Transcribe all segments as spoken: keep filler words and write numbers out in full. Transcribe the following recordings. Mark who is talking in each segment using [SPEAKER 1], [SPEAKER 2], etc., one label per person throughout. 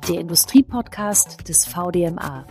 [SPEAKER 1] der Industriepodcast des V D M A.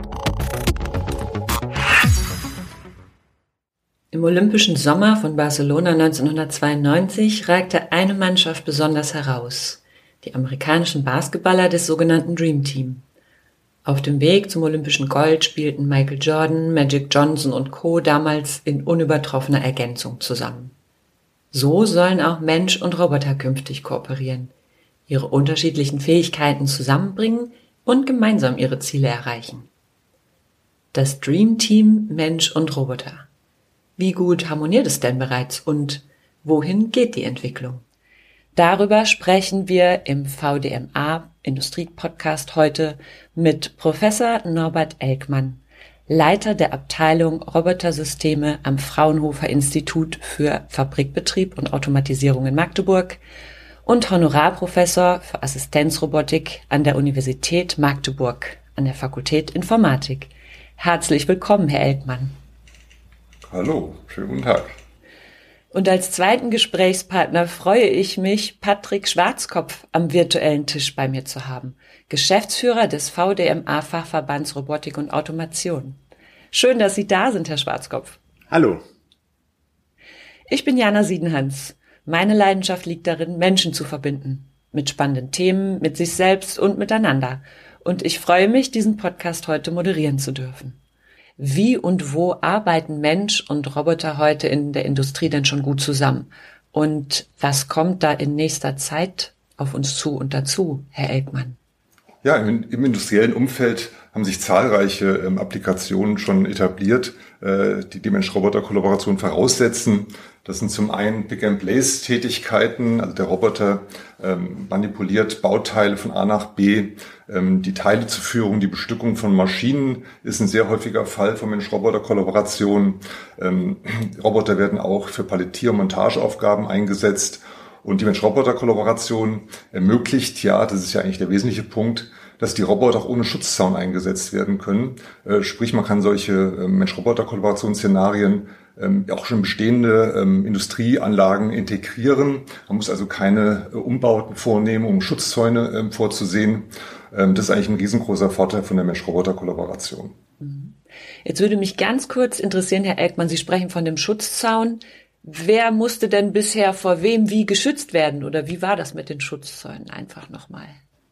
[SPEAKER 2] Im Olympischen Sommer von Barcelona neunzehnhundertzweiundneunzig ragte eine Mannschaft besonders heraus: die amerikanischen Basketballer des sogenannten Dream Team. Auf dem Weg zum olympischen Gold spielten Michael Jordan, Magic Johnson und Co. damals in unübertroffener Ergänzung zusammen. So sollen auch Mensch und Roboter künftig kooperieren, ihre unterschiedlichen Fähigkeiten zusammenbringen und gemeinsam ihre Ziele erreichen. Das Dream Team Mensch und Roboter. Wie gut harmoniert es denn bereits und wohin geht die Entwicklung? Darüber sprechen wir im V D M A Industrie-Podcast heute mit Professor Norbert Elkmann, Leiter der Abteilung Robotersysteme am Fraunhofer Institut für Fabrikbetrieb und Automatisierung in Magdeburg und Honorarprofessor für Assistenzrobotik an der Universität Magdeburg an der Fakultät Informatik. Herzlich willkommen, Herr Elkmann.
[SPEAKER 3] Hallo, schönen guten Tag.
[SPEAKER 2] Und als zweiten Gesprächspartner freue ich mich, Patrick Schwarzkopf am virtuellen Tisch bei mir zu haben, Geschäftsführer des V D M A-Fachverbands Robotik und Automation. Schön, dass Sie da sind, Herr Schwarzkopf.
[SPEAKER 4] Hallo.
[SPEAKER 2] Ich bin Jana Siedenhans. Meine Leidenschaft liegt darin, Menschen zu verbinden. Mit spannenden Themen, mit sich selbst und miteinander. Und ich freue mich, diesen Podcast heute moderieren zu dürfen. Wie und wo arbeiten Mensch und Roboter heute in der Industrie denn schon gut zusammen? Und was kommt da in nächster Zeit auf uns zu und dazu, Herr Elkmann?
[SPEAKER 3] Ja, im, im industriellen Umfeld haben sich zahlreiche ähm, Applikationen schon etabliert, äh, die die Mensch-Roboter-Kollaboration voraussetzen. Das sind zum einen Pick-and-Place-Tätigkeiten, also der Roboter ähm, manipuliert Bauteile von A nach B. Ähm, die Teilezuführung, die Bestückung von Maschinen ist ein sehr häufiger Fall von Mensch-Roboter-Kollaboration. Ähm, Roboter werden auch für Palettier- und Montageaufgaben eingesetzt. Und die Mensch-Roboter-Kollaboration ermöglicht, ja, das ist ja eigentlich der wesentliche Punkt, dass die Roboter auch ohne Schutzzaun eingesetzt werden können. Äh, sprich, man kann solche äh, Mensch-Roboter-Kollaborationsszenarien ähm, auch schon bestehende ähm, Industrieanlagen integrieren. Man muss also keine äh, Umbauten vornehmen, um Schutzzäune ähm, vorzusehen. Ähm, das ist eigentlich ein riesengroßer Vorteil von der Mensch-Roboter-Kollaboration.
[SPEAKER 2] Jetzt würde mich ganz kurz interessieren, Herr Elkmann, Sie sprechen von dem Schutzzaun. Wer musste denn bisher vor wem wie geschützt werden oder wie war das mit den Schutzzäunen? Einfach nochmal.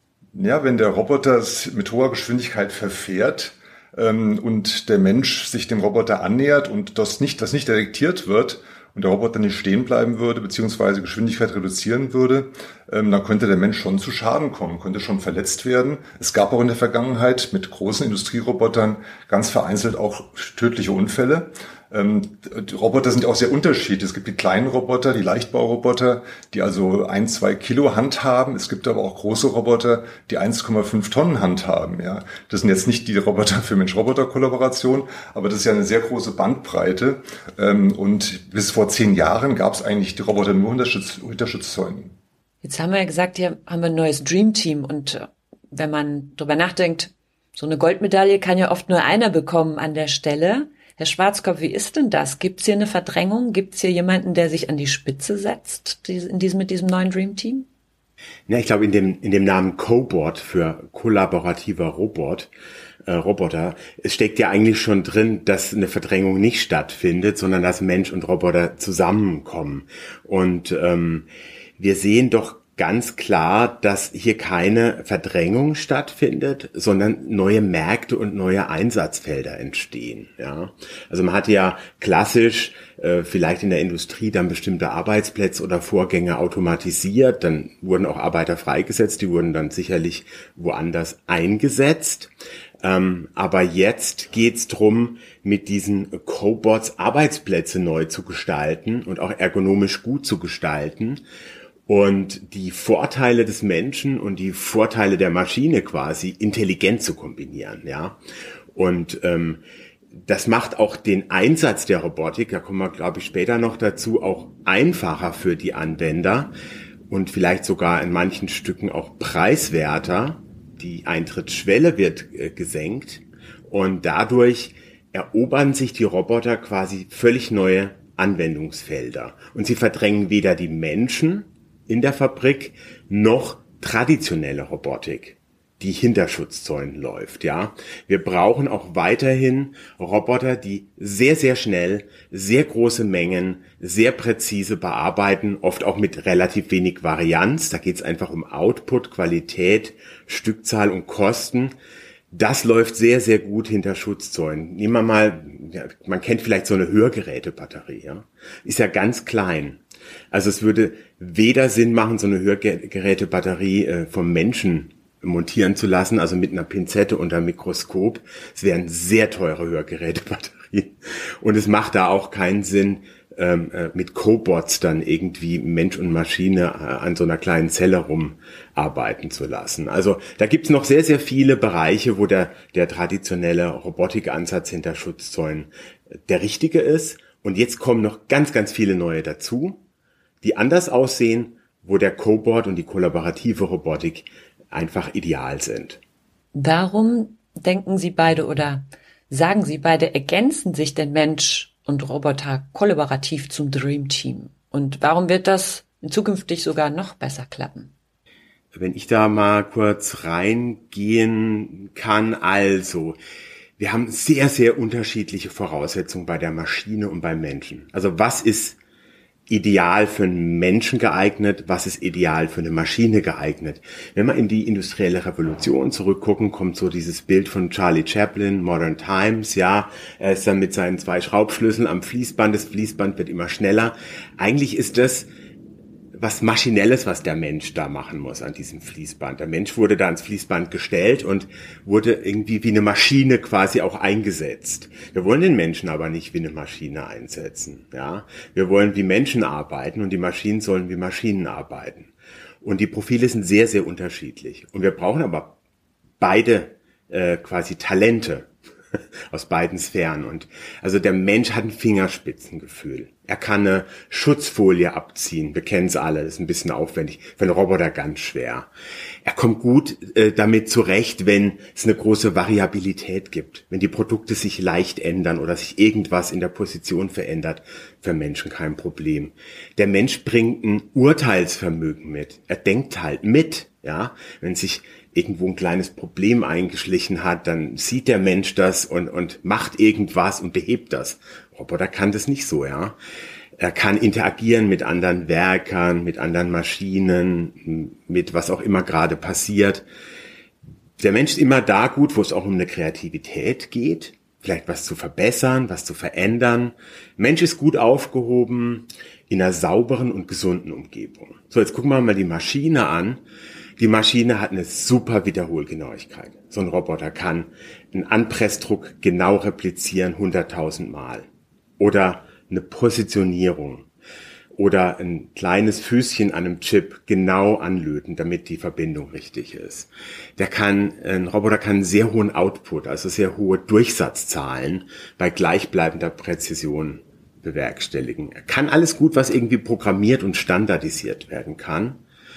[SPEAKER 3] Ja, wenn der Roboter mit hoher Geschwindigkeit verfährt ähm, und der Mensch sich dem Roboter annähert und das nicht, das nicht detektiert wird und der Roboter nicht stehen bleiben würde beziehungsweise Geschwindigkeit reduzieren würde, ähm, dann könnte der Mensch schon zu Schaden kommen, könnte schon verletzt werden. Es gab auch in der Vergangenheit mit großen Industrierobotern ganz vereinzelt auch tödliche Unfälle. Ähm, die Roboter sind auch sehr unterschiedlich. Es gibt die kleinen Roboter, die Leichtbauroboter, die also ein, zwei Kilo Hand haben. Es gibt aber auch große Roboter, die eins Komma fünf Tonnen Hand haben. Ja, das sind jetzt nicht die Roboter für Mensch-Roboter-Kollaboration, aber das ist ja eine sehr große Bandbreite. Ähm, und bis vor zehn Jahren gab es eigentlich die Roboter nur unter Schutz, unter Schutzzäunen.
[SPEAKER 2] Jetzt haben wir ja gesagt, hier haben wir ein neues Dream Team und wenn man drüber nachdenkt, so eine Goldmedaille kann ja oft nur einer bekommen an der Stelle. Herr Schwarzkopf, wie ist denn das? Gibt es hier eine Verdrängung? Gibt es hier jemanden, der sich an die Spitze setzt in diesem, mit diesem neuen Dream Team?
[SPEAKER 4] Ja, ich glaube, in dem, in dem Namen Cobot für kollaborativer Robot, äh, Roboter, es steckt ja eigentlich schon drin, dass eine Verdrängung nicht stattfindet, sondern dass Mensch und Roboter zusammenkommen. Und ähm, wir sehen doch ganz klar, dass hier keine Verdrängung stattfindet, sondern neue Märkte und neue Einsatzfelder entstehen. Ja, also man hat ja klassisch äh, vielleicht in der Industrie dann bestimmte Arbeitsplätze oder Vorgänge automatisiert, dann wurden auch Arbeiter freigesetzt, die wurden dann sicherlich woanders eingesetzt. Ähm, aber jetzt geht's drum, mit diesen Cobots Arbeitsplätze neu zu gestalten und auch ergonomisch gut zu gestalten. Und die Vorteile des Menschen und die Vorteile der Maschine quasi intelligent zu kombinieren, ja. Und ähm, das macht auch den Einsatz der Robotik, da kommen wir, glaube ich, später noch dazu, auch einfacher für die Anwender und vielleicht sogar in manchen Stücken auch preiswerter. Die Eintrittsschwelle wird äh, gesenkt und dadurch erobern sich die Roboter quasi völlig neue Anwendungsfelder. Und sie verdrängen weder die Menschen in der Fabrik noch traditionelle Robotik. die hinter Schutzzäunen läuft, ja. Wir brauchen auch weiterhin Roboter, die sehr, sehr schnell, sehr große Mengen, sehr präzise bearbeiten, oft auch mit relativ wenig Varianz. Da geht es einfach um Output, Qualität, Stückzahl und Kosten. Das läuft sehr, sehr gut hinter Schutzzäunen. Nehmen wir mal, ja, man kennt vielleicht so eine Hörgerätebatterie, ja. Ist ja ganz klein. Also es würde weder Sinn machen, so eine Hörgerätebatterie äh, vom Menschen montieren zu lassen, also mit einer Pinzette und einem Mikroskop. Es wären sehr teure Hörgerätebatterien. Und es macht da auch keinen Sinn, ähm, äh, mit Cobots dann irgendwie Mensch und Maschine äh, an so einer kleinen Zelle rumarbeiten zu lassen. Also da gibt's noch sehr, sehr viele Bereiche, wo der, der traditionelle Robotikansatz hinter Schutzzäunen der richtige ist. Und jetzt kommen noch ganz, ganz viele neue dazu, die anders aussehen, wo der Cobot und die kollaborative Robotik einfach ideal sind.
[SPEAKER 2] Warum denken Sie beide oder sagen Sie beide, ergänzen sich denn Mensch und Roboter kollaborativ zum Dream Team? Und warum wird das zukünftig sogar noch besser klappen?
[SPEAKER 4] Wenn ich da mal kurz reingehen kann, also, wir haben sehr, sehr unterschiedliche Voraussetzungen bei der Maschine und beim Menschen. Also was ist ideal für einen Menschen geeignet, was ist ideal für eine Maschine geeignet. Wenn wir in die industrielle Revolution zurückgucken, kommt so dieses Bild von Charlie Chaplin, Modern Times, ja, er ist dann mit seinen zwei Schraubschlüsseln am Fließband, das Fließband wird immer schneller. Eigentlich ist das was Maschinelles, was der Mensch da machen muss an diesem Fließband. Der Mensch wurde da ans Fließband gestellt und wurde irgendwie wie eine Maschine quasi auch eingesetzt. Wir wollen den Menschen aber nicht wie eine Maschine einsetzen, ja. Wir wollen wie Menschen arbeiten und die Maschinen sollen wie Maschinen arbeiten. Und die Profile sind sehr, sehr unterschiedlich. Und wir brauchen aber beide äh, quasi Talente aus beiden Sphären. Und also der Mensch hat ein Fingerspitzengefühl. Er kann eine Schutzfolie abziehen. Wir kennen es alle. Das ist ein bisschen aufwendig. Für einen Roboter ganz schwer. Er kommt gut äh, damit zurecht, wenn es eine große Variabilität gibt. Wenn die Produkte sich leicht ändern oder sich irgendwas in der Position verändert. Für Menschen kein Problem. Der Mensch bringt ein Urteilsvermögen mit. Er denkt halt mit. Ja, wenn sich irgendwo ein kleines Problem eingeschlichen hat, dann sieht der Mensch das und, und macht irgendwas und behebt das. Roboter kann das nicht so, ja. Er kann interagieren mit anderen Werkern, mit anderen Maschinen, mit was auch immer gerade passiert. Der Mensch ist immer da gut, wo es auch um eine Kreativität geht, vielleicht was zu verbessern, was zu verändern. Mensch ist gut aufgehoben in einer sauberen und gesunden Umgebung. So, jetzt gucken wir mal die Maschine an. Die Maschine hat eine super Wiederholgenauigkeit. So ein Roboter kann einen Anpressdruck genau replizieren, hunderttausend Mal. Oder eine Positionierung. Oder ein kleines Füßchen an einem Chip genau anlöten, damit die Verbindung richtig ist. Der kann, ein Roboter kann einen sehr hohen Output, also sehr hohe Durchsatzzahlen bei gleichbleibender Präzision bewerkstelligen. Er kann alles gut, was irgendwie programmiert und standardisiert werden kann.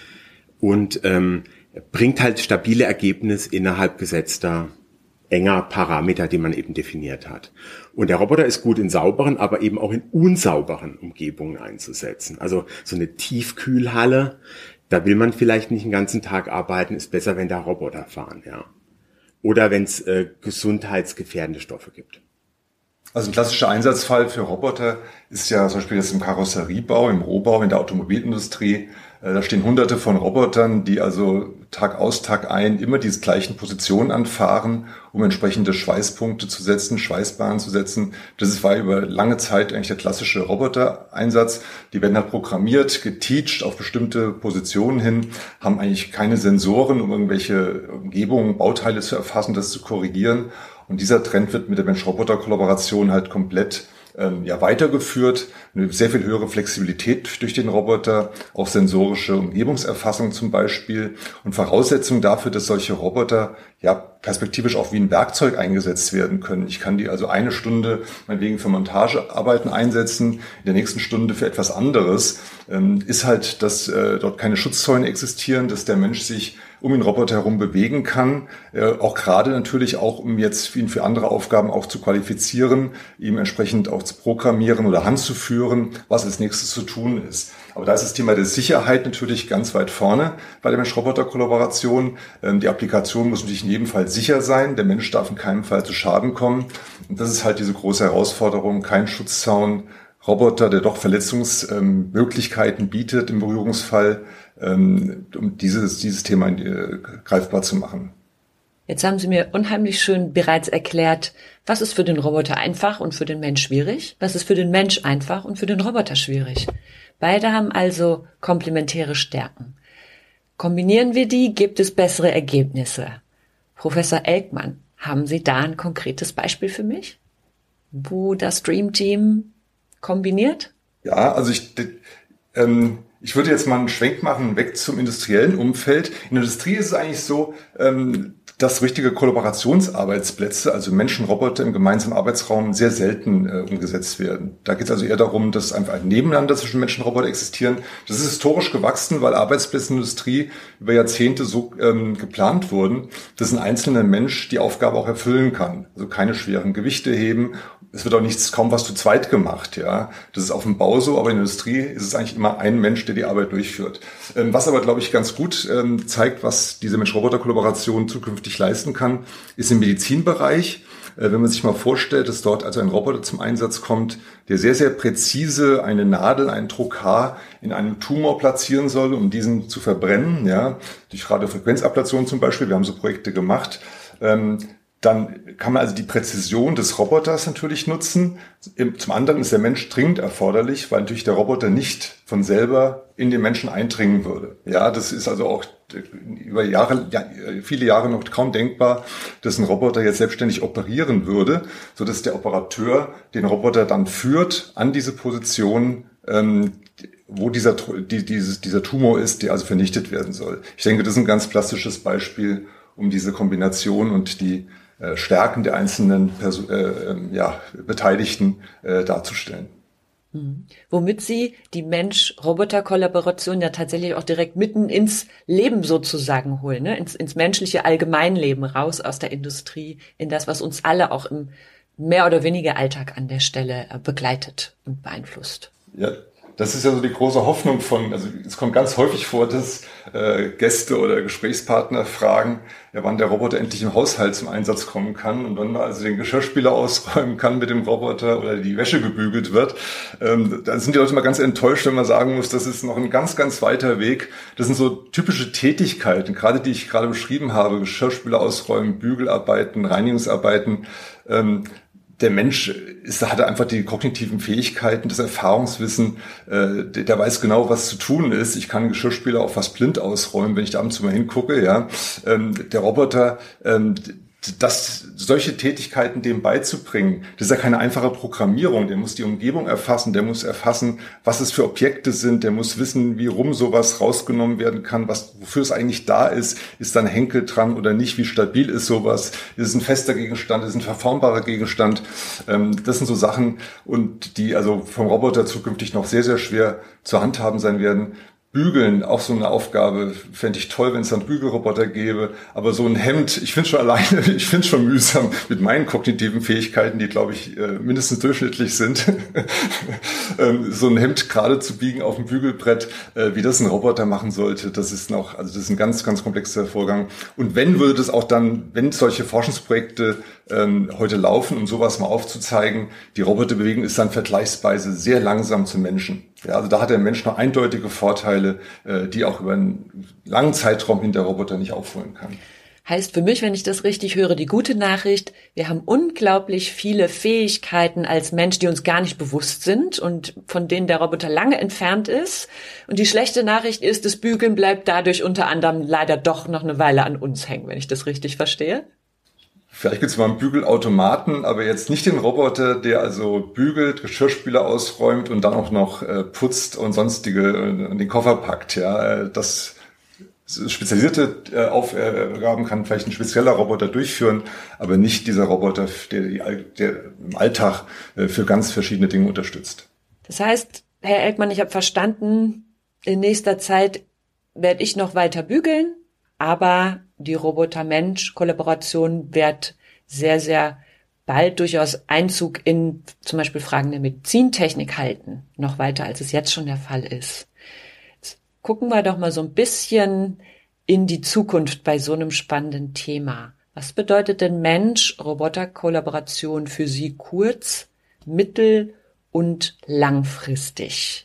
[SPEAKER 4] Und ähm, bringt halt stabile Ergebnisse innerhalb gesetzter, enger Parameter, die man eben definiert hat. Und der Roboter ist gut in sauberen, aber eben auch in unsauberen Umgebungen einzusetzen. Also so eine Tiefkühlhalle, da will man vielleicht nicht den ganzen Tag arbeiten, ist besser, wenn da Roboter fahren, ja. Oder wenn es äh, gesundheitsgefährdende Stoffe gibt.
[SPEAKER 3] Also ein klassischer Einsatzfall für Roboter ist ja zum Beispiel jetzt im Karosseriebau, im Rohbau, in der Automobilindustrie. Da stehen hunderte von Robotern, die also Tag aus, Tag ein immer diese gleichen Positionen anfahren, um entsprechende Schweißpunkte zu setzen, Schweißbahnen zu setzen. Das war über lange Zeit eigentlich der klassische Robotereinsatz. Die werden halt programmiert, geteacht auf bestimmte Positionen hin, haben eigentlich keine Sensoren, um irgendwelche Umgebungen, Bauteile zu erfassen, das zu korrigieren. Und dieser Trend wird mit der Mensch-Roboter-Kollaboration halt komplett ähm, ja weitergeführt. Eine sehr viel höhere Flexibilität durch den Roboter, auch sensorische Umgebungserfassung zum Beispiel. Und Voraussetzung dafür, dass solche Roboter ja perspektivisch auch wie ein Werkzeug eingesetzt werden können. Ich kann die also eine Stunde meinetwegen für Montagearbeiten einsetzen, in der nächsten Stunde für etwas anderes. Ähm, ist halt, dass äh, dort keine Schutzzäune existieren, dass der Mensch sich um den Roboter herum bewegen kann, äh, auch gerade natürlich auch, um jetzt ihn für andere Aufgaben auch zu qualifizieren, ihm entsprechend auch zu programmieren oder handzuführen, was als nächstes zu tun ist. Aber da ist das Thema der Sicherheit natürlich ganz weit vorne bei der Mensch-Roboter-Kollaboration. Ähm, die Applikation muss natürlich in jedem Fall sicher sein. Der Mensch darf in keinem Fall zu Schaden kommen. Und das ist halt diese große Herausforderung, kein Schutzzaun, Roboter, der doch Verletzungsmöglichkeiten ähm, bietet im Berührungsfall, ähm, um dieses, dieses Thema äh, greifbar zu machen.
[SPEAKER 2] Jetzt haben Sie mir unheimlich schön bereits erklärt, was ist für den Roboter einfach und für den Mensch schwierig, was ist für den Mensch einfach und für den Roboter schwierig. Beide haben also komplementäre Stärken. Kombinieren wir die, gibt es bessere Ergebnisse. Professor Elkmann, haben Sie da ein konkretes Beispiel für mich, wo das Dream Team kombiniert?
[SPEAKER 3] Ja, also ich, ähm, ich würde jetzt mal einen Schwenk machen, weg zum industriellen Umfeld. In der Industrie ist es eigentlich so, ähm, dass richtige Kollaborationsarbeitsplätze, also Menschen, Roboter im gemeinsamen Arbeitsraum, sehr selten äh, umgesetzt werden. Da geht es also eher darum, dass einfach ein Nebeneinander zwischen Menschen und Roboter existieren. Das ist historisch gewachsen, weil Arbeitsplätze in der Industrie über Jahrzehnte so ähm, geplant wurden, dass ein einzelner Mensch die Aufgabe auch erfüllen kann. Also keine schweren Gewichte heben. Es wird auch nichts, kaum was zu zweit gemacht, ja. Das ist auf dem Bau so, aber in der Industrie ist es eigentlich immer ein Mensch, der die Arbeit durchführt. Ähm, was aber, glaube ich, ganz gut ähm, zeigt, was diese Mensch-Roboter-Kollaboration zukünftig leisten kann, ist im Medizinbereich. Äh, wenn man sich mal vorstellt, dass dort also ein Roboter zum Einsatz kommt, der sehr, sehr präzise eine Nadel, einen Trokar in einem Tumor platzieren soll, um diesen zu verbrennen, ja. Durch Radiofrequenzablation zum Beispiel. Wir haben so Projekte gemacht. Ähm, Dann kann man also die Präzision des Roboters natürlich nutzen. Zum anderen ist der Mensch dringend erforderlich, weil natürlich der Roboter nicht von selber in den Menschen eindringen würde. Ja, das ist also auch über Jahre, ja, viele Jahre noch kaum denkbar, dass ein Roboter jetzt selbstständig operieren würde, so dass der Operateur den Roboter dann führt an diese Position, ähm, wo dieser, die, dieses, dieser Tumor ist, der also vernichtet werden soll. Ich denke, das ist ein ganz plastisches Beispiel, um diese Kombination und die Stärken der einzelnen Perso- äh, ja, Beteiligten äh, darzustellen.
[SPEAKER 2] Mhm. Womit Sie die Mensch-Roboter-Kollaboration ja tatsächlich auch direkt mitten ins Leben sozusagen holen, ne? ins, ins menschliche Allgemeinleben, raus aus der Industrie, in das, was uns alle auch im mehr oder weniger Alltag an der Stelle äh, begleitet und beeinflusst.
[SPEAKER 3] Ja. Das ist ja so die große Hoffnung von, also es kommt ganz häufig vor, dass äh, Gäste oder Gesprächspartner fragen, ja, wann der Roboter endlich im Haushalt zum Einsatz kommen kann und wann man also den Geschirrspüler ausräumen kann mit dem Roboter oder die Wäsche gebügelt wird. Ähm, dann sind die Leute mal ganz enttäuscht, wenn man sagen muss, das ist noch ein ganz, ganz weiter Weg. Das sind so typische Tätigkeiten, gerade die ich gerade beschrieben habe, Geschirrspüler ausräumen, Bügelarbeiten, Reinigungsarbeiten. Ähm, Der Mensch ist, hat einfach die kognitiven Fähigkeiten, das Erfahrungswissen, äh, der, der weiß genau, was zu tun ist. Ich kann einen Geschirrspüler auch fast blind ausräumen, wenn ich da ab und zu mal hingucke. Ja, ähm, der Roboter, ähm, das, solche Tätigkeiten dem beizubringen, das ist ja keine einfache Programmierung. Der muss die Umgebung erfassen, der muss erfassen, was es für Objekte sind, der muss wissen, wie rum sowas rausgenommen werden kann, was, wofür es eigentlich da ist. Ist da ein Henkel dran oder nicht? Wie stabil ist sowas? Ist es ein fester Gegenstand? Ist es ein verformbarer Gegenstand? Ähm, das sind so Sachen, und die also vom Roboter zukünftig noch sehr, sehr schwer zu handhaben sein werden. Bügeln, auch so eine Aufgabe, fände ich toll, wenn es einen Bügelroboter gäbe. Aber so ein Hemd, ich finde schon alleine, ich finde es schon mühsam mit meinen kognitiven Fähigkeiten, die, glaube ich, mindestens durchschnittlich sind. So ein Hemd gerade zu biegen auf dem Bügelbrett, wie das ein Roboter machen sollte, das ist noch, also das ist ein ganz, ganz komplexer Vorgang. Und wenn würde das auch dann, wenn solche Forschungsprojekte ähm, heute laufen, um sowas mal aufzuzeigen, die Roboterbewegung ist dann vergleichsweise sehr langsam zum Menschen. Ja, also da hat der Mensch noch eindeutige Vorteile, äh, die auch über einen langen Zeitraum hin der Roboter nicht aufholen kann.
[SPEAKER 2] Heißt für mich, wenn ich das richtig höre, die gute Nachricht, wir haben unglaublich viele Fähigkeiten als Mensch, die uns gar nicht bewusst sind und von denen der Roboter lange entfernt ist. Und die schlechte Nachricht ist, das Bügeln bleibt dadurch unter anderem leider doch noch eine Weile an uns hängen, wenn ich das richtig verstehe.
[SPEAKER 3] Vielleicht gibt es mal einen Bügelautomaten, aber jetzt nicht den Roboter, der also bügelt, Geschirrspüler ausräumt und dann auch noch äh, putzt und sonstige äh, den Koffer packt. Ja, das spezialisierte äh, Aufgaben kann vielleicht ein spezieller Roboter durchführen, aber nicht dieser Roboter, der, die, der im Alltag äh, für ganz verschiedene Dinge unterstützt.
[SPEAKER 2] Das heißt, Herr Elkmann, ich habe verstanden, in nächster Zeit werde ich noch weiter bügeln, aber die Roboter-Mensch-Kollaboration wird sehr, sehr bald durchaus Einzug in zum Beispiel Fragen der Medizintechnik halten, noch weiter als es jetzt schon der Fall ist. Jetzt gucken wir doch mal so ein bisschen in die Zukunft bei so einem spannenden Thema. Was bedeutet denn Mensch-Roboter-Kollaboration für Sie kurz-, mittel- und langfristig?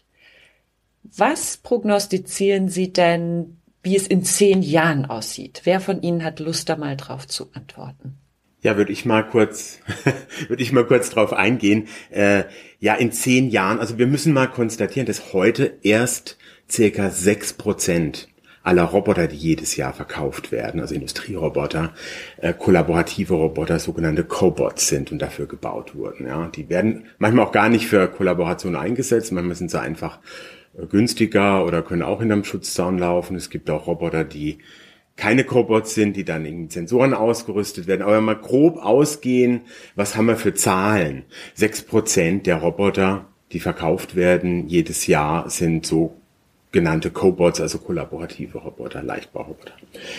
[SPEAKER 2] Was prognostizieren Sie denn, wie es in zehn Jahren aussieht? Wer von Ihnen hat Lust, da mal drauf zu antworten?
[SPEAKER 4] Ja, würde ich mal kurz, würde ich mal kurz drauf eingehen. Äh, ja, in zehn Jahren, also wir müssen mal konstatieren, dass heute erst circa sechs Prozent aller Roboter, die jedes Jahr verkauft werden, also Industrieroboter, äh, kollaborative Roboter, sogenannte Cobots sind und dafür gebaut wurden. Ja, die werden manchmal auch gar nicht für Kollaboration eingesetzt, manchmal sind sie einfach äh, günstiger oder können auch hinterm Schutzzaun laufen. Es gibt auch Roboter, die keine Cobots sind, die dann in Sensoren ausgerüstet werden. Aber mal grob ausgehen, was haben wir für Zahlen? Sechs Prozent der Roboter, die verkauft werden jedes Jahr, sind so genannte Cobots, also kollaborative Roboter, Leichtbauroboter.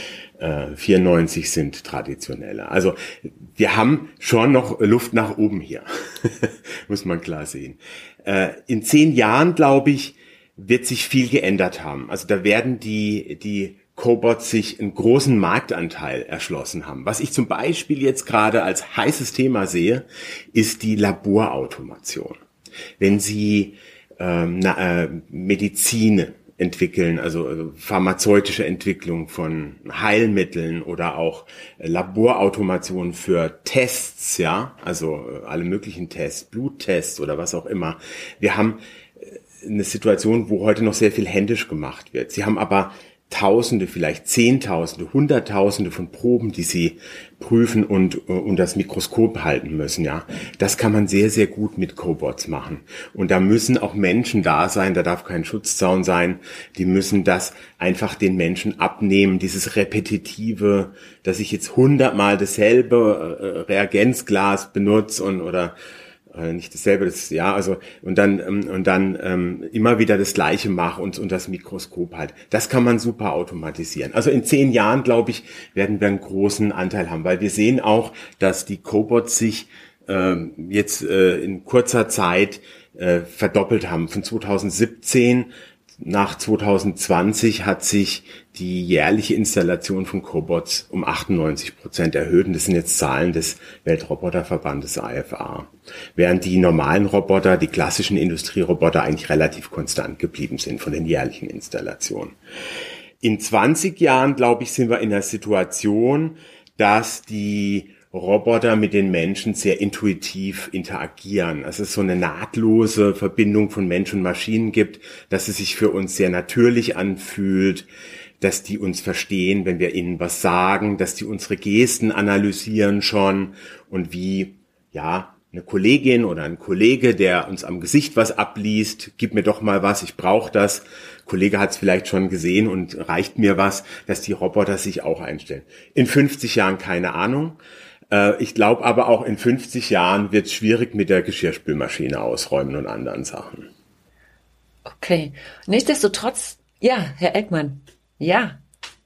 [SPEAKER 4] Äh, vierundneunzig sind traditionelle. Also wir haben schon noch Luft nach oben hier, muss man klar sehen. Äh, in zehn Jahren, glaube ich, wird sich viel geändert haben. Also da werden die die Cobots sich einen großen Marktanteil erschlossen haben. Was ich zum Beispiel jetzt gerade als heißes Thema sehe, ist die Laborautomation. Wenn Sie ähm, na, äh, Medizin entwickeln, also äh, pharmazeutische Entwicklung von Heilmitteln oder auch äh, Laborautomation für Tests, ja, also äh, alle möglichen Tests, Bluttests oder was auch immer. Wir haben äh, eine Situation, wo heute noch sehr viel händisch gemacht wird. Sie haben aber Tausende, vielleicht Zehntausende, Hunderttausende von Proben, die Sie prüfen und uh, unter das Mikroskop halten müssen, ja. Das kann man sehr, sehr gut mit Cobots machen. Und da müssen auch Menschen da sein, da darf kein Schutzzaun sein. Die müssen das einfach den Menschen abnehmen, dieses Repetitive, dass ich jetzt hundertmal dasselbe äh, Reagenzglas benutze und oder nicht dasselbe, das ja, also und dann ähm, und dann ähm, immer wieder das Gleiche mache und und das Mikroskop halt. Das kann man super automatisieren. Also in zehn Jahren, glaube ich, werden wir einen großen Anteil haben, weil wir sehen auch, dass die Cobots sich ähm, jetzt äh, in kurzer Zeit äh, verdoppelt haben. Von zweitausendsiebzehn nach zweitausendzwanzig hat sich die jährliche Installation von Cobots um achtundneunzig Prozent erhöht. Und das sind jetzt Zahlen des Weltroboterverbandes I F A. Während die normalen Roboter, die klassischen Industrieroboter eigentlich relativ konstant geblieben sind von den jährlichen Installationen. In zwanzig Jahren, glaube ich, sind wir in der Situation, dass die Roboter mit den Menschen sehr intuitiv interagieren. Also es so eine nahtlose Verbindung von Mensch und Maschinen gibt, dass es sich für uns sehr natürlich anfühlt, dass die uns verstehen, wenn wir ihnen was sagen, dass die unsere Gesten analysieren schon und wie, ja, eine Kollegin oder ein Kollege, der uns am Gesicht was abliest, gib mir doch mal was, ich brauche das. Kollege hat es vielleicht schon gesehen und reicht mir was, dass die Roboter sich auch einstellen. In fünfzig Jahren keine Ahnung. Ich glaube aber auch in fünfzig Jahren wird es schwierig mit der Geschirrspülmaschine ausräumen und anderen Sachen.
[SPEAKER 2] Okay. Nichtsdestotrotz, ja, Herr Eckmann, ja.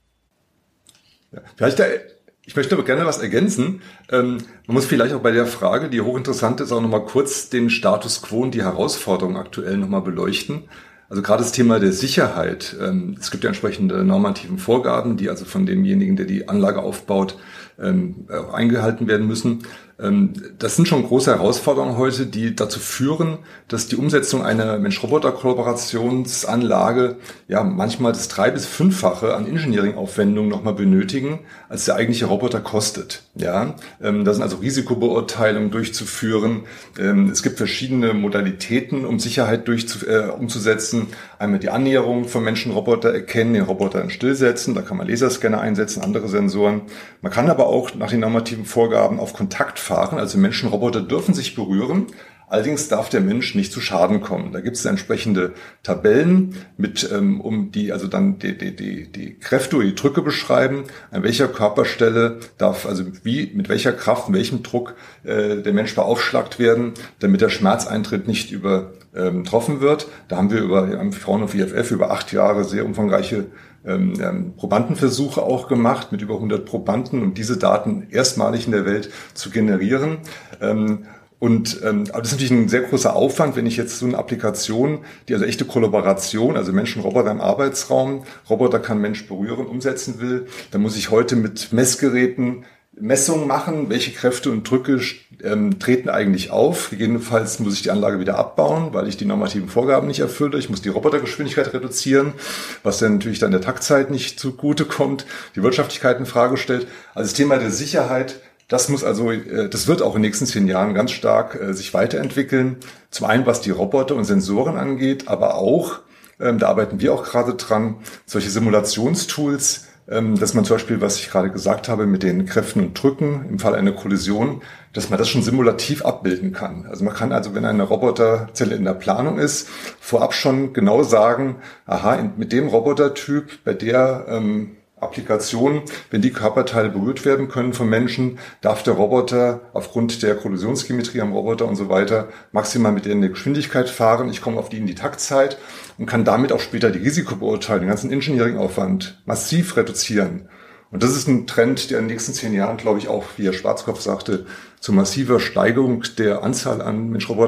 [SPEAKER 3] ja vielleicht da, ich möchte aber gerne was ergänzen. Ähm, man muss vielleicht auch bei der Frage, die hochinteressant ist, auch nochmal kurz den Status quo und die Herausforderungen aktuell nochmal beleuchten. Also gerade das Thema der Sicherheit. Ähm, es gibt ja entsprechende normativen Vorgaben, die also von demjenigen, der die Anlage aufbaut, ähm, auch eingehalten werden müssen. Ähm, das sind schon große Herausforderungen heute, die dazu führen, dass die Umsetzung einer Mensch-Roboter-Kollaborationsanlage ja manchmal das drei- bis fünffache an Engineering-Aufwendungen nochmal benötigen, als der eigentliche Roboter kostet. Ja, ähm, da sind also Risikobeurteilungen durchzuführen. Ähm, es gibt verschiedene Modalitäten, um Sicherheit durchzu- äh, umzusetzen. Einmal die Annäherung von Menschen-Roboter erkennen, den Roboter dann stillsetzen. Da kann man Laserscanner einsetzen, andere Sensoren. Man kann aber auch nach den normativen Vorgaben auf Kontakt fahren. Also Menschen, Roboter dürfen sich berühren. Allerdings darf der Mensch nicht zu Schaden kommen. Da gibt es entsprechende Tabellen, mit, ähm, um die also dann die, die, die, die Kräfte oder die Drücke beschreiben. An welcher Körperstelle darf also wie mit welcher Kraft, mit welchem Druck äh, der Mensch beaufschlagt werden, damit der Schmerzeintritt nicht übertroffen wird. Da haben wir über am Fraunhofer I F F über acht Jahre sehr umfangreiche ähm, Probandenversuche auch gemacht mit über hundert Probanden, um diese Daten erstmalig in der Welt zu generieren. Ähm, Und ähm, aber das ist natürlich ein sehr großer Aufwand, wenn ich jetzt so eine Applikation, die also echte Kollaboration, also Mensch-Roboter im Arbeitsraum, Roboter kann Mensch berühren, umsetzen will, dann muss ich heute mit Messgeräten Messungen machen, welche Kräfte und Drücke ähm, treten eigentlich auf. Gegebenenfalls muss ich die Anlage wieder abbauen, weil ich die normativen Vorgaben nicht erfülle. Ich muss die Robotergeschwindigkeit reduzieren, was dann natürlich dann der Taktzeit nicht zugute kommt, die Wirtschaftlichkeit in Frage stellt. Also das Thema der Sicherheit, das muss also, das wird auch in den nächsten zehn Jahren ganz stark sich weiterentwickeln. Zum einen, was die Roboter und Sensoren angeht, aber auch, da arbeiten wir auch gerade dran, solche Simulationstools, dass man zum Beispiel, was ich gerade gesagt habe, mit den Kräften und Drücken im Fall einer Kollision, dass man das schon simulativ abbilden kann. Also man kann also, wenn eine Roboterzelle in der Planung ist, vorab schon genau sagen, aha, mit dem Robotertyp, bei der ähm, Applikation, wenn die Körperteile berührt werden können von Menschen, darf der Roboter aufgrund der Kollisionsgeometrie am Roboter und so weiter maximal mit der Geschwindigkeit fahren. Ich komme auf die in die Taktzeit und kann damit auch später die Risikobeurteilung, den ganzen Engineering-Aufwand massiv reduzieren. Und das ist ein Trend, der in den nächsten zehn Jahren, glaube ich, auch, wie Herr Schwarzkopf sagte, zu massiver Steigerung der Anzahl an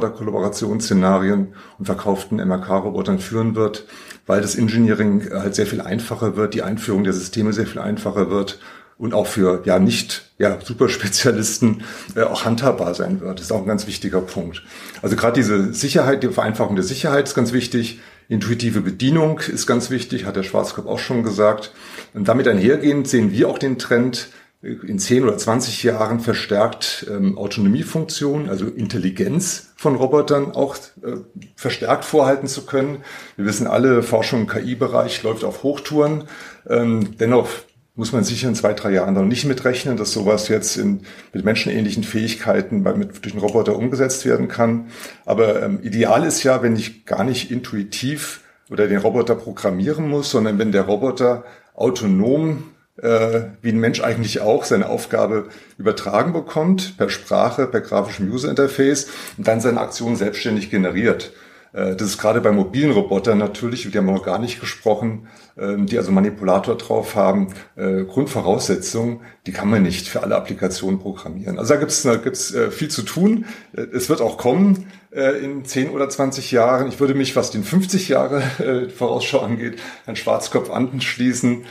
[SPEAKER 3] Mensch-Roboter-Kollaborationsszenarien und verkauften M R K-Robotern führen wird, weil das Engineering halt sehr viel einfacher wird, die Einführung der Systeme sehr viel einfacher wird und auch für ja nicht ja Superspezialisten äh, auch handhabbar sein wird. Das ist auch ein ganz wichtiger Punkt. Also gerade diese Sicherheit, die Vereinfachung der Sicherheit ist ganz wichtig. Intuitive Bedienung ist ganz wichtig, hat der Schwarzkopf auch schon gesagt. Und damit einhergehend sehen wir auch den Trend, in zehn oder zwanzig Jahren verstärkt ähm, Autonomiefunktion, also Intelligenz von Robotern auch äh, verstärkt vorhalten zu können. Wir wissen alle, Forschung im K I-Bereich läuft auf Hochtouren. Ähm, dennoch muss man sicher in zwei, drei Jahren noch nicht mitrechnen, dass sowas jetzt in, mit menschenähnlichen Fähigkeiten bei, mit, durch einen Roboter umgesetzt werden kann. Aber ähm, ideal ist ja, wenn ich gar nicht intuitiv oder den Roboter programmieren muss, sondern wenn der Roboter autonom, äh, wie ein Mensch eigentlich auch, seine Aufgabe übertragen bekommt, per Sprache, per grafischem User-Interface und dann seine Aktion selbstständig generiert. Das ist gerade bei mobilen Robotern natürlich, die haben wir noch gar nicht gesprochen, die also Manipulator drauf haben, Grundvoraussetzungen, die kann man nicht für alle Applikationen programmieren. Also da gibt's, da gibt's viel zu tun. Es wird auch kommen in zehn oder zwanzig Jahren. Ich würde mich, was den fünfzig Jahre Vorausschau angeht, Herrn Schwarzkopf anschließen.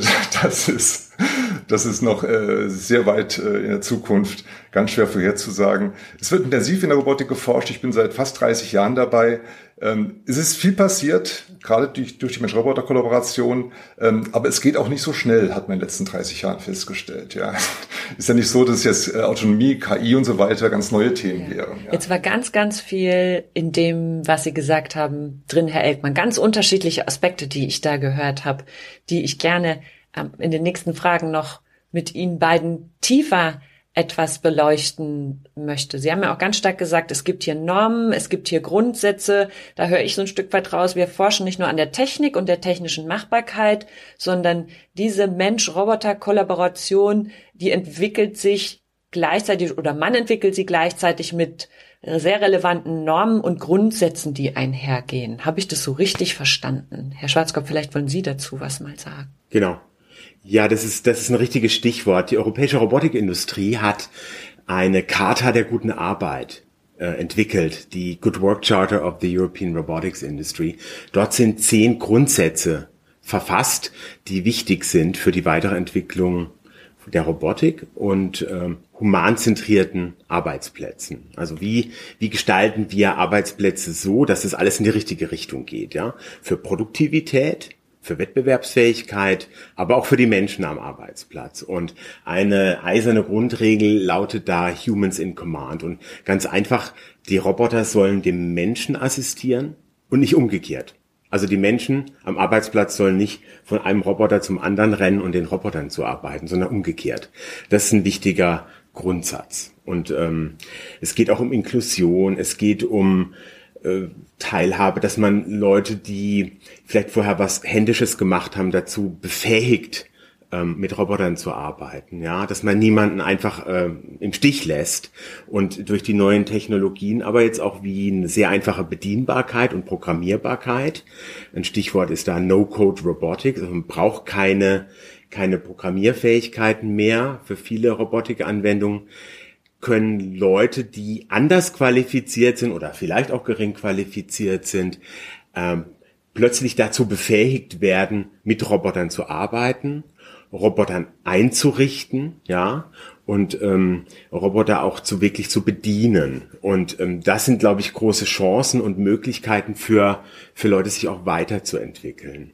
[SPEAKER 3] Das ist, das ist noch sehr weit in der Zukunft, ganz schwer vorherzusagen. Es wird intensiv in der Robotik geforscht. Ich bin seit fast dreißig Jahren dabei. Ähm, es ist viel passiert, gerade durch, durch die Mensch-Roboter-Kollaboration, ähm, aber es geht auch nicht so schnell, hat man in den letzten dreißig Jahren festgestellt. Ja, ist ja nicht so, dass jetzt äh, Autonomie, K I und so weiter ganz neue Themen
[SPEAKER 2] ja.
[SPEAKER 3] wären. Ja.
[SPEAKER 2] Jetzt war ganz, ganz viel in dem, was Sie gesagt haben, drin, Herr Elkmann. Ganz unterschiedliche Aspekte, die ich da gehört habe, die ich gerne ähm, in den nächsten Fragen noch mit Ihnen beiden tiefer etwas beleuchten möchte. Sie haben ja auch ganz stark gesagt, es gibt hier Normen, es gibt hier Grundsätze. Da höre ich so ein Stück weit raus. Wir forschen nicht nur an der Technik und der technischen Machbarkeit, sondern diese Mensch-Roboter-Kollaboration, die entwickelt sich gleichzeitig oder man entwickelt sie gleichzeitig mit sehr relevanten Normen und Grundsätzen, die einhergehen. Habe ich das so richtig verstanden? Herr Schwarzkopf, vielleicht wollen Sie dazu was mal sagen.
[SPEAKER 4] Genau. Ja, das ist, das ist ein richtiges Stichwort. Die europäische Robotikindustrie hat eine Charta der guten Arbeit äh, entwickelt, die Good Work Charter of the European Robotics Industry. Dort sind zehn Grundsätze verfasst, die wichtig sind für die weitere Entwicklung der Robotik und ähm, humanzentrierten Arbeitsplätzen. Also wie wie gestalten wir Arbeitsplätze so, dass das alles in die richtige Richtung geht, ja? Für Produktivität, für Wettbewerbsfähigkeit, aber auch für die Menschen am Arbeitsplatz. Und eine eiserne Grundregel lautet da Humans in Command. Und ganz einfach, die Roboter sollen dem Menschen assistieren und nicht umgekehrt. Also die Menschen am Arbeitsplatz sollen nicht von einem Roboter zum anderen rennen und den Robotern zu arbeiten, sondern umgekehrt. Das ist ein wichtiger Grundsatz. Und ähm, es geht auch um Inklusion, es geht um Teilhabe, dass man Leute, die vielleicht vorher was Händisches gemacht haben, dazu befähigt, ähm, mit Robotern zu arbeiten, ja, dass man niemanden einfach ähm, im Stich lässt und durch die neuen Technologien, aber jetzt auch wie eine sehr einfache Bedienbarkeit und Programmierbarkeit. Ein Stichwort ist da No-Code Robotics. Also man braucht keine keine Programmierfähigkeiten mehr für viele Robotikanwendungen. Können Leute, die anders qualifiziert sind oder vielleicht auch gering qualifiziert sind, ähm, plötzlich dazu befähigt werden, mit Robotern zu arbeiten, Robotern einzurichten, ja, und ähm, Roboter auch zu wirklich zu bedienen. Und ähm, das sind, glaube ich, große Chancen und Möglichkeiten für für Leute, sich auch weiterzuentwickeln.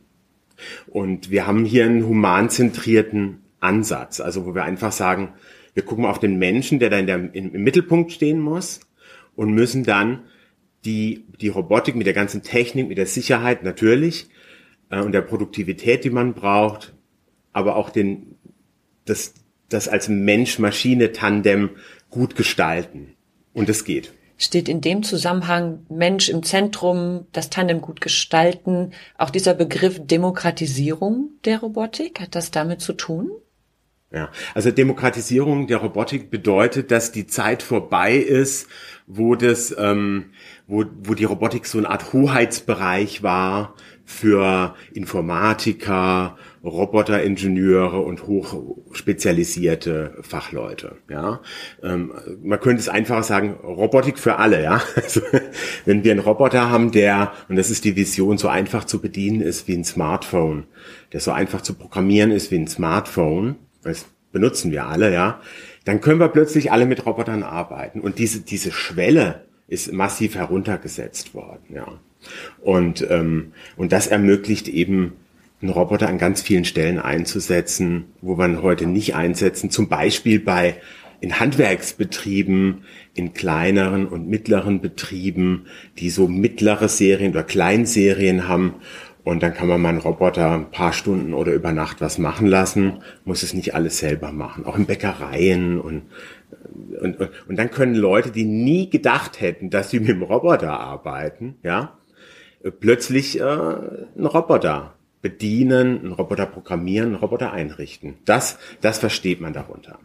[SPEAKER 4] Und wir haben hier einen humanzentrierten Ansatz, also wo wir einfach sagen, wir gucken auf den Menschen, der da in der, im Mittelpunkt stehen muss, und müssen dann die die Robotik mit der ganzen Technik, mit der Sicherheit natürlich äh, und der Produktivität, die man braucht, aber auch den das das als Mensch-Maschine-Tandem gut gestalten. Und es geht.
[SPEAKER 2] Steht in dem Zusammenhang Mensch im Zentrum, das Tandem gut gestalten, auch dieser Begriff Demokratisierung der Robotik, hat das damit zu tun?
[SPEAKER 4] Ja, also Demokratisierung der Robotik bedeutet, dass die Zeit vorbei ist, wo das, ähm, wo, wo die Robotik so eine Art Hoheitsbereich war für Informatiker, Roboteringenieure und hochspezialisierte Fachleute. Ja, ähm, man könnte es einfacher sagen: Robotik für alle. Ja, also, wenn wir einen Roboter haben, der, und das ist die Vision, so einfach zu bedienen ist wie ein Smartphone, der so einfach zu programmieren ist wie ein Smartphone, das benutzen wir alle, ja, dann können wir plötzlich alle mit Robotern arbeiten. Und diese diese Schwelle ist massiv heruntergesetzt worden, ja. Und ähm, und das ermöglicht eben, einen Roboter an ganz vielen Stellen einzusetzen, wo man heute nicht einsetzen. Zum Beispiel bei in Handwerksbetrieben, in kleineren und mittleren Betrieben, die so mittlere Serien oder Kleinserien haben. Und dann kann man mal einen Roboter ein paar Stunden oder über Nacht was machen lassen, muss es nicht alles selber machen. Auch in Bäckereien und und, und, und dann können Leute, die nie gedacht hätten, dass sie mit dem Roboter arbeiten, ja, plötzlich äh, einen Roboter bedienen, einen Roboter programmieren, einen Roboter einrichten. Das, das versteht man darunter.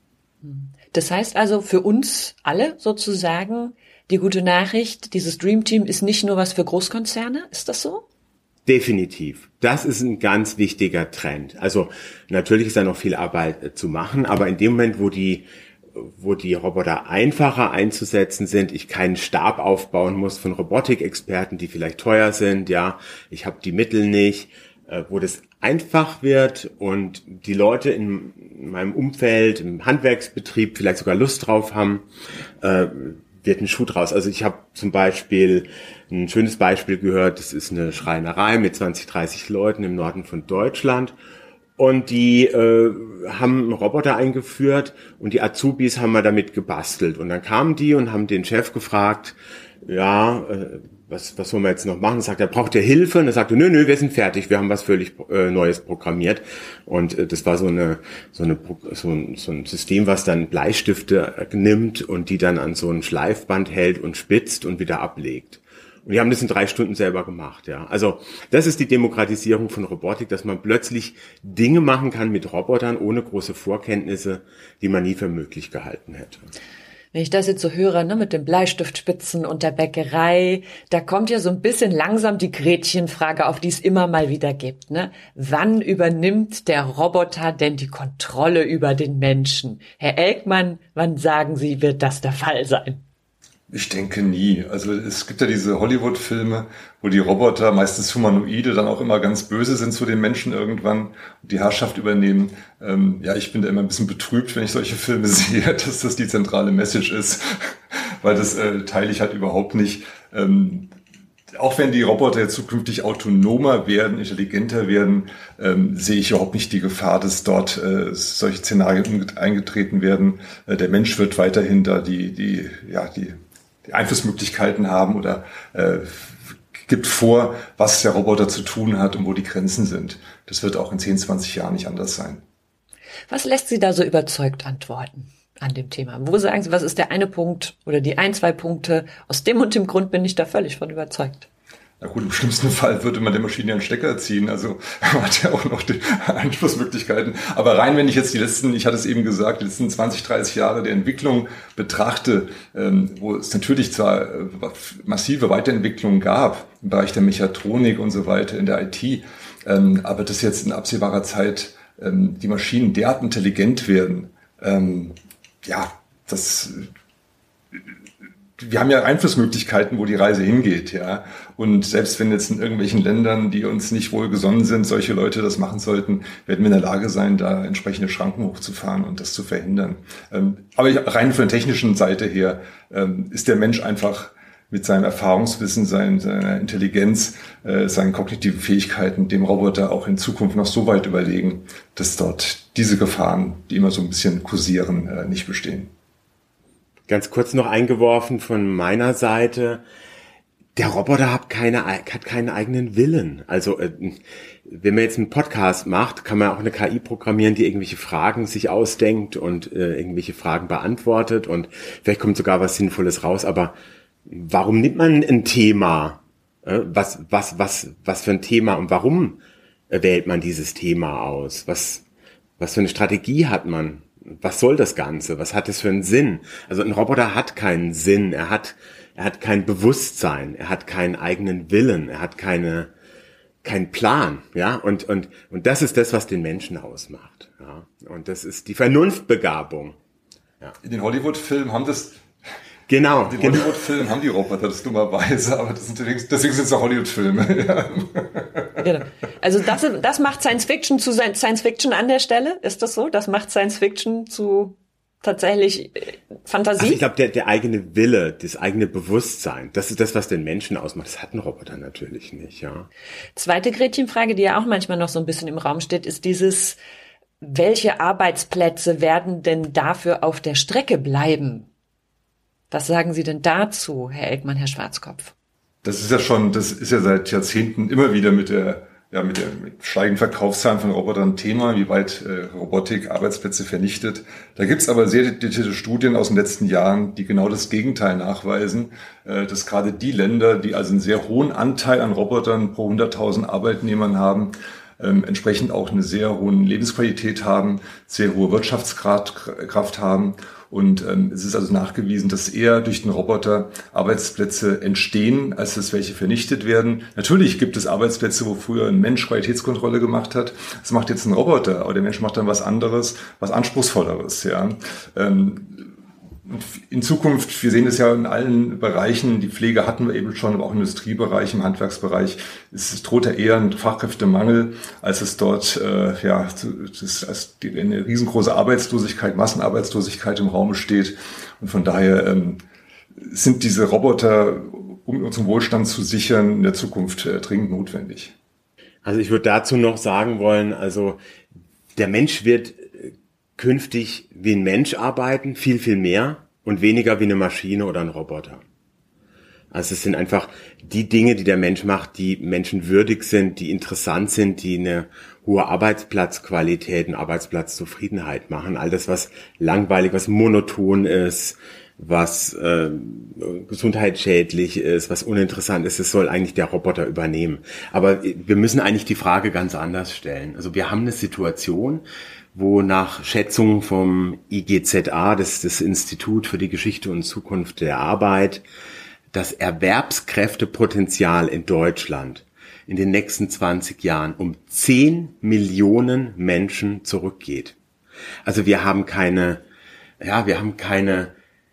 [SPEAKER 2] Das heißt also für uns alle sozusagen die gute Nachricht, dieses Dream Team ist nicht nur was für Großkonzerne, ist das so?
[SPEAKER 4] Definitiv. Das ist ein ganz wichtiger Trend. Also natürlich ist da noch viel Arbeit äh, zu machen, aber in dem Moment, wo die wo die Roboter einfacher einzusetzen sind, ich keinen Stab aufbauen muss von Robotikexperten, die vielleicht teuer sind, ja, ich habe die Mittel nicht, äh, wo das einfach wird und die Leute in meinem Umfeld, im Handwerksbetrieb vielleicht sogar Lust drauf haben, äh, wird ein Schuh draus. Also ich habe zum Beispiel ein schönes Beispiel gehört, das ist eine Schreinerei mit zwanzig, dreißig Leuten im Norden von Deutschland. Und die äh, haben einen Roboter eingeführt und die Azubis haben mal damit gebastelt. Und dann kamen die und haben den Chef gefragt, ja, äh, was was sollen wir jetzt noch machen? Sagt er, braucht ihr Hilfe? Und er sagte, nö, nö, wir sind fertig, wir haben was völlig äh, Neues programmiert. Und äh, das war so eine so eine so ein, so ein System, was dann Bleistifte nimmt und die dann an so ein Schleifband hält und spitzt und wieder ablegt. Und die haben das in drei Stunden selber gemacht, ja. Also das ist die Demokratisierung von Robotik, dass man plötzlich Dinge machen kann mit Robotern ohne große Vorkenntnisse, die man nie für möglich gehalten hätte.
[SPEAKER 2] Wenn ich das jetzt so höre, ne, mit den Bleistiftspitzen und der Bäckerei, da kommt ja so ein bisschen langsam die Gretchenfrage, auf die es immer mal wieder gibt, ne? Wann übernimmt der Roboter denn die Kontrolle über den Menschen? Herr Elkmann, wann sagen Sie, wird das der Fall sein?
[SPEAKER 3] Ich denke nie. Also es gibt ja diese Hollywood-Filme, wo die Roboter, meistens Humanoide, dann auch immer ganz böse sind zu den Menschen irgendwann und die Herrschaft übernehmen. Ähm, ja, ich bin da immer ein bisschen betrübt, wenn ich solche Filme sehe, dass das die zentrale Message ist, weil das äh, teile ich halt überhaupt nicht. Ähm, auch wenn die Roboter jetzt zukünftig autonomer werden, intelligenter werden, ähm, sehe ich überhaupt nicht die Gefahr, dass dort äh, solche Szenarien eingetreten werden. Äh, der Mensch wird weiterhin da die, die, ja, die die Einflussmöglichkeiten haben oder äh, gibt vor, was der Roboter zu tun hat und wo die Grenzen sind. Das wird auch in zehn, zwanzig Jahren nicht anders sein.
[SPEAKER 2] Was lässt Sie da so überzeugt antworten an dem Thema? Wo sagen Sie, was ist der eine Punkt oder die ein, zwei Punkte? Aus dem und dem Grund bin ich da völlig von überzeugt.
[SPEAKER 3] Na gut, im schlimmsten Fall würde man der Maschine einen Stecker ziehen, also man hat ja auch noch die Einflussmöglichkeiten. Aber rein, wenn ich jetzt die letzten, ich hatte es eben gesagt, die letzten zwanzig, dreißig Jahre der Entwicklung betrachte, ähm, wo es natürlich zwar äh, massive Weiterentwicklungen gab im Bereich der Mechatronik und so weiter, in der I T, ähm, aber dass jetzt in absehbarer Zeit ähm, die Maschinen derart intelligent werden, ähm, ja, das... Wir haben ja Einflussmöglichkeiten, wo die Reise hingeht, ja. Und selbst wenn jetzt in irgendwelchen Ländern, die uns nicht wohl gesonnen sind, solche Leute das machen sollten, werden wir in der Lage sein, da entsprechende Schranken hochzufahren und das zu verhindern. Aber rein von der technischen Seite her ist der Mensch einfach mit seinem Erfahrungswissen, seiner Intelligenz, seinen kognitiven Fähigkeiten dem Roboter auch in Zukunft noch so weit überlegen, dass dort diese Gefahren, die immer so ein bisschen kursieren, nicht bestehen.
[SPEAKER 4] Ganz kurz noch eingeworfen von meiner Seite. Der Roboter hat keine, hat keinen eigenen Willen. Also, wenn man jetzt einen Podcast macht, kann man auch eine K I programmieren, die irgendwelche Fragen sich ausdenkt und äh, irgendwelche Fragen beantwortet und vielleicht kommt sogar was Sinnvolles raus. Aber warum nimmt man ein Thema? Äh, was, was, was, was für ein Thema und warum wählt man dieses Thema aus? Was, was für eine Strategie hat man? Was soll das Ganze? Was hat es für einen Sinn? Also ein Roboter hat keinen Sinn. Er hat, er hat kein Bewusstsein. Er hat keinen eigenen Willen. Er hat keine, keinen Plan. Ja, und, und, und das ist das, was den Menschen ausmacht. Ja, und das ist die Vernunftbegabung.
[SPEAKER 3] Ja. In den Hollywood-Filmen haben das,
[SPEAKER 4] Genau.
[SPEAKER 3] In den
[SPEAKER 4] genau.
[SPEAKER 3] Hollywood-Filmen haben die Roboter das dummerweise, aber das sind deswegen, deswegen sind es auch Hollywood-Filme. Ja.
[SPEAKER 2] Genau. Also das, das macht Science Fiction zu Science Fiction an der Stelle? Ist das so? Das macht Science Fiction zu tatsächlich Fantasie?
[SPEAKER 4] Also ich glaube, der, der eigene Wille, das eigene Bewusstsein, das ist das, was den Menschen ausmacht. Das hat ein Roboter natürlich nicht, ja.
[SPEAKER 2] Zweite Gretchenfrage, die ja auch manchmal noch so ein bisschen im Raum steht, ist dieses, welche Arbeitsplätze werden denn dafür auf der Strecke bleiben? Was sagen Sie denn dazu, Herr Elkmann, Herr Schwarzkopf?
[SPEAKER 3] Das ist ja schon, das ist ja seit Jahrzehnten immer wieder mit der, ja, mit der mit steigenden Verkaufszahlen von Robotern ein Thema, wie weit äh, Robotik Arbeitsplätze vernichtet. Da gibt's aber sehr detaillierte Studien aus den letzten Jahren, die genau das Gegenteil nachweisen, äh, dass gerade die Länder, die also einen sehr hohen Anteil an Robotern pro hunderttausend Arbeitnehmern haben, ähm, entsprechend auch eine sehr hohe Lebensqualität haben, sehr hohe Wirtschaftskraft haben. Und ähm, es ist also nachgewiesen, dass eher durch den Roboter Arbeitsplätze entstehen, als dass welche vernichtet werden. Natürlich gibt es Arbeitsplätze, wo früher ein Mensch Qualitätskontrolle gemacht hat. Das macht jetzt ein Roboter, aber der Mensch macht dann was anderes, was Anspruchsvolleres. Ja. Ähm, in Zukunft, wir sehen es ja in allen Bereichen, die Pflege hatten wir eben schon, aber auch im Industriebereich, im Handwerksbereich, es droht ja eher ein Fachkräftemangel, als es dort äh, ja das ist, als die, eine riesengroße Arbeitslosigkeit, Massenarbeitslosigkeit im Raum steht. Und von daher ähm, sind diese Roboter, um unseren Wohlstand zu sichern, in der Zukunft äh, dringend notwendig.
[SPEAKER 4] Also ich würde dazu noch sagen wollen, also der Mensch wird künftig wie ein Mensch arbeiten, viel, viel mehr und weniger wie eine Maschine oder ein Roboter. Also es sind einfach die Dinge, die der Mensch macht, die menschenwürdig sind, die interessant sind, die eine hohe Arbeitsplatzqualität und Arbeitsplatzzufriedenheit machen. All das, was langweilig, was monoton ist, was äh, gesundheitsschädlich ist, was uninteressant ist, das soll eigentlich der Roboter übernehmen. Aber wir müssen eigentlich die Frage ganz anders stellen. Also wir haben eine Situation, wo nach Schätzungen vom I G Z A, das ist das Institut für die Geschichte und Zukunft der Arbeit, das Erwerbskräftepotenzial in Deutschland in den nächsten zwanzig Jahren um zehn Millionen Menschen zurückgeht. Also wir haben keine, ja, wir haben keine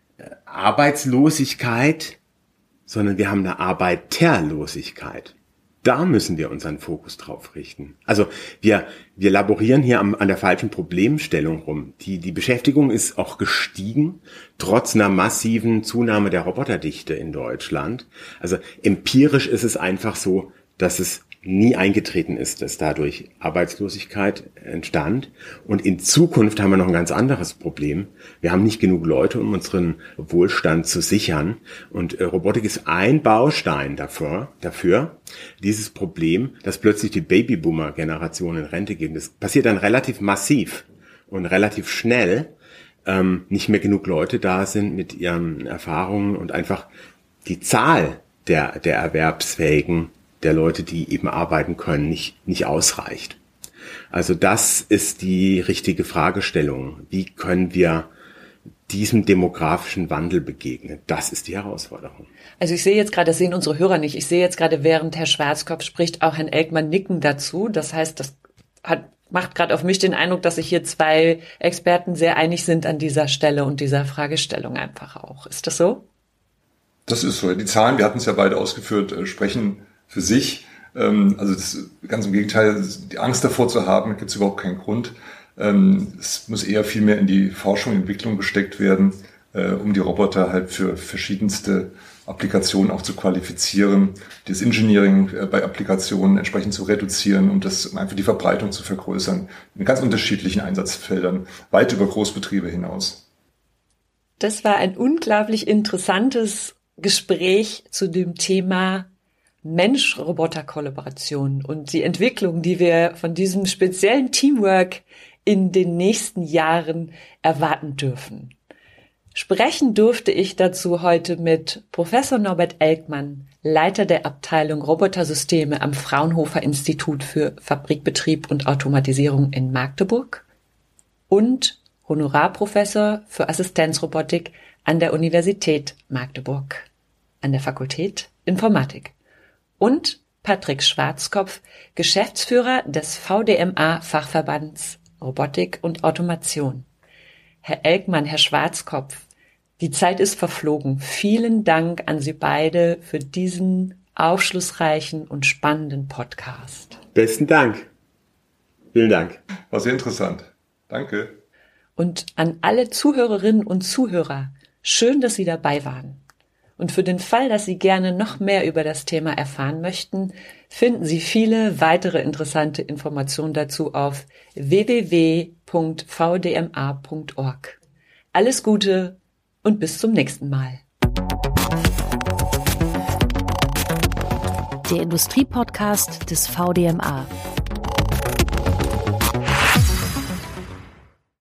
[SPEAKER 4] Arbeitslosigkeit, sondern wir haben eine Arbeiterlosigkeit. Da müssen wir unseren Fokus drauf richten. Also wir wir laborieren hier am, an der falschen Problemstellung rum. Die die Beschäftigung ist auch gestiegen, trotz einer massiven Zunahme der Roboterdichte in Deutschland. Also empirisch ist es einfach so, dass es nie eingetreten ist, dass dadurch Arbeitslosigkeit entstand. Und in Zukunft haben wir noch ein ganz anderes Problem. Wir haben nicht genug Leute, um unseren Wohlstand zu sichern. Und äh, Robotik ist ein Baustein dafür, dafür, dieses Problem, dass plötzlich die Babyboomer-Generation in Rente geht. Das passiert dann relativ massiv und relativ schnell. Ähm, nicht mehr genug Leute da sind mit ihren Erfahrungen und einfach die Zahl der, der Erwerbsfähigen der Leute, die eben arbeiten können, nicht, nicht ausreicht. Also das ist die richtige Fragestellung. Wie können wir diesem demografischen Wandel begegnen? Das ist die Herausforderung.
[SPEAKER 2] Also ich sehe jetzt gerade, das sehen unsere Hörer nicht, ich sehe jetzt gerade, während Herr Schwarzkopf spricht, auch Herrn Elkmann nicken dazu. Das heißt, das hat, macht gerade auf mich den Eindruck, dass sich hier zwei Experten sehr einig sind an dieser Stelle und dieser Fragestellung einfach auch. Ist das so?
[SPEAKER 3] Das ist so. Die Zahlen, wir hatten es ja beide ausgeführt, sprechen für sich. Also das, ganz im Gegenteil, die Angst davor zu haben, gibt es überhaupt keinen Grund. Es muss eher viel mehr in die Forschung und Entwicklung gesteckt werden, um die Roboter halt für verschiedenste Applikationen auch zu qualifizieren, das Engineering bei Applikationen entsprechend zu reduzieren, um das um einfach die Verbreitung zu vergrößern, in ganz unterschiedlichen Einsatzfeldern, weit über Großbetriebe hinaus.
[SPEAKER 2] Das war ein unglaublich interessantes Gespräch zu dem Thema Mensch-Roboter-Kollaboration und die Entwicklung, die wir von diesem speziellen Teamwork in den nächsten Jahren erwarten dürfen. Sprechen durfte ich dazu heute mit Professor Norbert Elkmann, Leiter der Abteilung Robotersysteme am Fraunhofer Institut für Fabrikbetrieb und Automatisierung in Magdeburg und Honorarprofessor für Assistenzrobotik an der Universität Magdeburg, an der Fakultät Informatik. Und Patrick Schwarzkopf, Geschäftsführer des V D M A-Fachverbands Robotik und Automation. Herr Elkmann, Herr Schwarzkopf, die Zeit ist verflogen. Vielen Dank an Sie beide für diesen aufschlussreichen und spannenden Podcast.
[SPEAKER 4] Besten Dank. Vielen Dank.
[SPEAKER 3] War sehr interessant. Danke.
[SPEAKER 2] Und an alle Zuhörerinnen und Zuhörer, schön, dass Sie dabei waren. Und für den Fall, dass Sie gerne noch mehr über das Thema erfahren möchten, finden Sie viele weitere interessante Informationen dazu auf w w w punkt v d m a punkt org. Alles Gute und bis zum nächsten Mal.
[SPEAKER 1] Der Industriepodcast des V D M A.